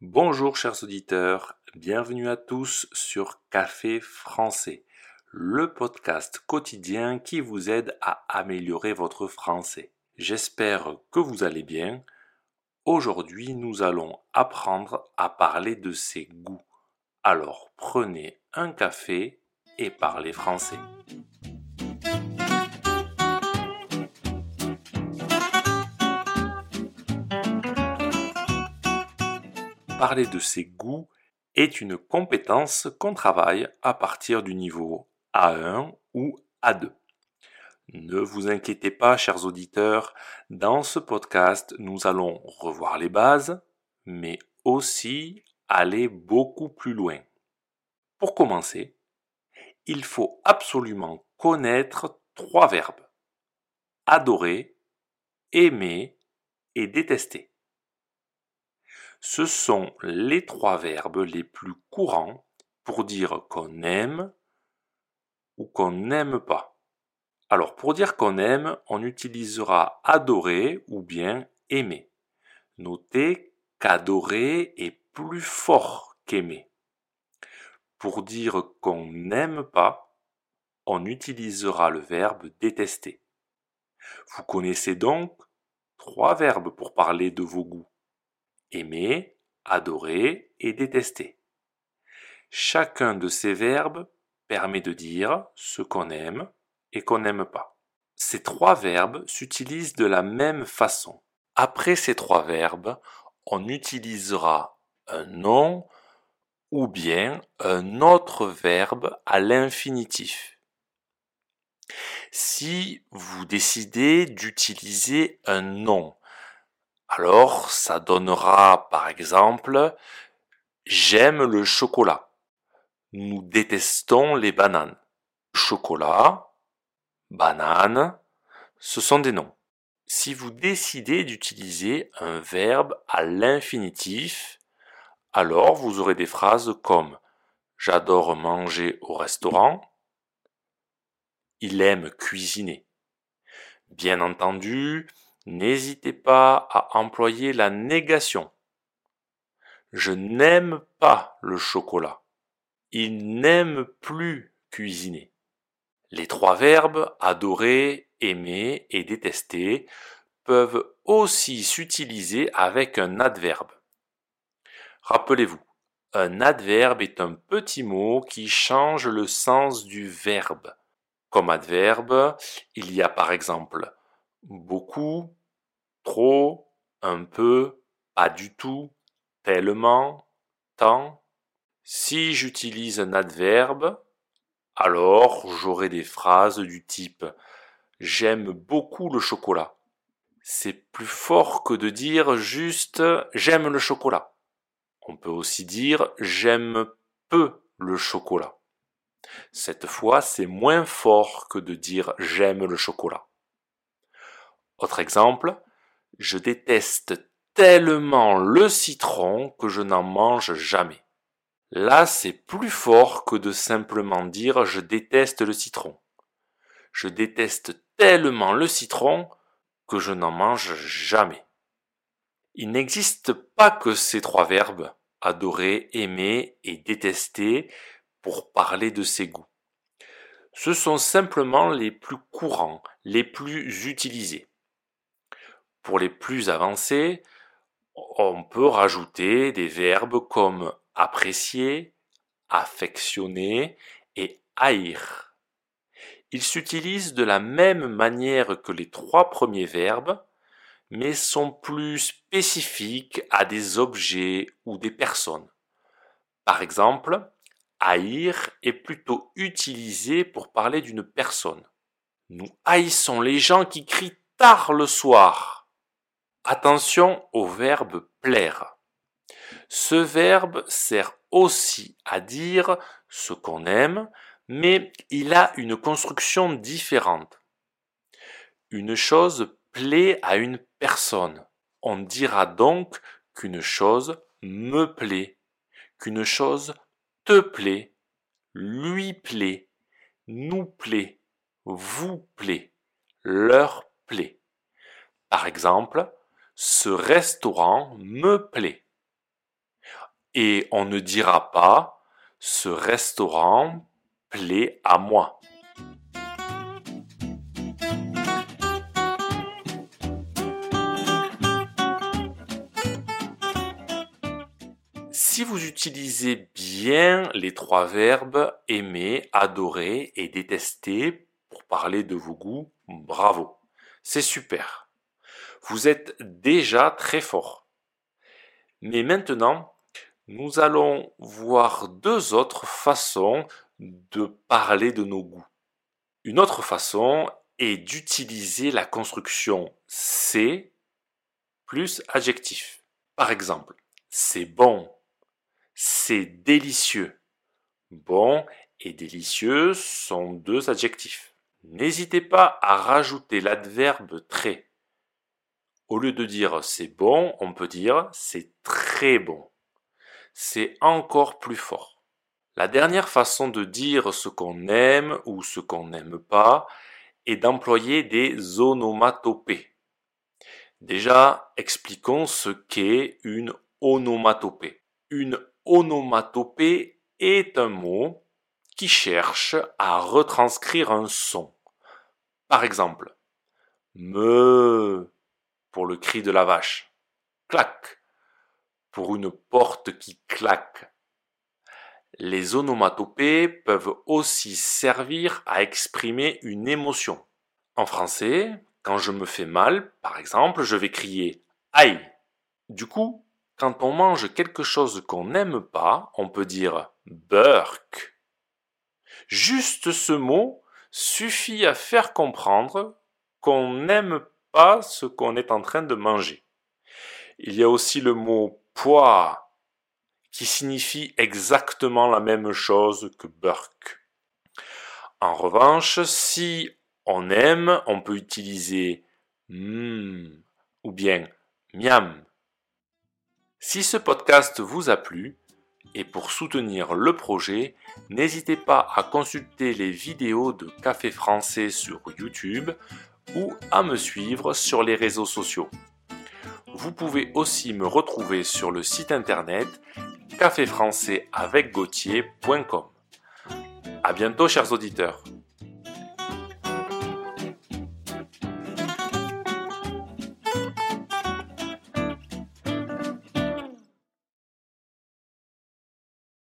Bonjour chers auditeurs, bienvenue à tous sur Café Français, le podcast quotidien qui vous aide à améliorer votre français. J'espère que vous allez bien. Aujourd'hui, nous allons apprendre à parler de ses goûts. Alors prenez un café et parlez français. Parler de ses goûts est une compétence qu'on travaille à partir du niveau A1 ou A2. Ne vous inquiétez pas, chers auditeurs, dans ce podcast, nous allons revoir les bases, mais aussi aller beaucoup plus loin. Pour commencer, il faut absolument connaître 3 verbes. Adorer, aimer et détester. Ce sont les 3 verbes les plus courants pour dire qu'on aime ou qu'on n'aime pas. Alors pour dire qu'on aime, on utilisera adorer ou bien aimer. Notez qu'adorer est plus fort qu'aimer. Pour dire qu'on n'aime pas, on utilisera le verbe détester. Vous connaissez donc 3 verbes pour parler de vos goûts. Aimer, adorer et détester. Chacun de ces verbes permet de dire ce qu'on aime et qu'on n'aime pas. Ces 3 verbes s'utilisent de la même façon. Après ces 3 verbes, on utilisera un nom ou bien un autre verbe à l'infinitif. Si vous décidez d'utiliser un nom, alors ça donnera par exemple « J'aime le chocolat ». Nous détestons les bananes. Chocolat, banane, ce sont des noms. Si vous décidez d'utiliser un verbe à l'infinitif, alors vous aurez des phrases comme « J'adore manger au restaurant », « Il aime cuisiner ». Bien entendu, n'hésitez pas à employer la négation. Je n'aime pas le chocolat. Il n'aime plus cuisiner. Les 3 verbes adorer, aimer et détester peuvent aussi s'utiliser avec un adverbe. Rappelez-vous, un adverbe est un petit mot qui change le sens du verbe. Comme adverbe, il y a par exemple beaucoup, trop, un peu, pas du tout, tellement, tant. Si j'utilise un adverbe, alors j'aurai des phrases du type « J'aime beaucoup le chocolat ». C'est plus fort que de dire juste « J'aime le chocolat ». On peut aussi dire « J'aime peu le chocolat ». Cette fois, c'est moins fort que de dire « J'aime le chocolat ». Autre exemple, je déteste tellement le citron que je n'en mange jamais. Là, c'est plus fort que de simplement dire je déteste le citron. Je déteste tellement le citron que je n'en mange jamais. Il n'existe pas que ces 3 verbes, adorer, aimer et détester, pour parler de ses goûts. Ce sont simplement les plus courants, les plus utilisés. Pour les plus avancés, on peut rajouter des verbes comme apprécier, affectionner et haïr. Ils s'utilisent de la même manière que les 3 premiers verbes, mais sont plus spécifiques à des objets ou des personnes. Par exemple, haïr est plutôt utilisé pour parler d'une personne. Nous haïssons les gens qui crient tard le soir. Attention au verbe plaire. Ce verbe sert aussi à dire ce qu'on aime, mais il a une construction différente. Une chose plaît à une personne. On dira donc qu'une chose me plaît, qu'une chose te plaît, lui plaît, nous plaît, vous plaît, leur plaît. Par exemple, ce restaurant me plaît. Et on ne dira pas « ce restaurant plaît à moi ». Si vous utilisez bien les 3 verbes aimer, adorer et détester pour parler de vos goûts, bravo, c'est super. Vous êtes déjà très fort. Mais maintenant, nous allons voir 2 autres façons de parler de nos goûts. Une autre façon est d'utiliser la construction c'est plus adjectif. Par exemple, c'est bon. C'est délicieux. Bon et délicieux sont 2 adjectifs. N'hésitez pas à rajouter l'adverbe très. Au lieu de dire c'est bon, on peut dire c'est très bon. C'est encore plus fort. La dernière façon de dire ce qu'on aime ou ce qu'on n'aime pas est d'employer des onomatopées. Déjà, expliquons ce qu'est une onomatopée. Une onomatopée est un mot qui cherche à retranscrire un son. Par exemple, me pour le cri de la vache, clac pour une porte qui claque. Les onomatopées peuvent aussi servir à exprimer une émotion. En français, quand je me fais mal, par exemple, je vais crier aïe. Du coup, quand on mange quelque chose qu'on n'aime pas, on peut dire burk. Juste ce mot suffit à faire comprendre qu'on n'aime pas ce qu'on est en train de manger. Il y a aussi le mot pois qui signifie exactement la même chose que burk. En revanche, si on aime, on peut utiliser ou bien miam. Si ce podcast vous a plu, et pour soutenir le projet, n'hésitez pas à consulter les vidéos de Café Français sur YouTube ou à me suivre sur les réseaux sociaux. Vous pouvez aussi me retrouver sur le site internet caféfrançaisavecgauthier.com. À bientôt, chers auditeurs.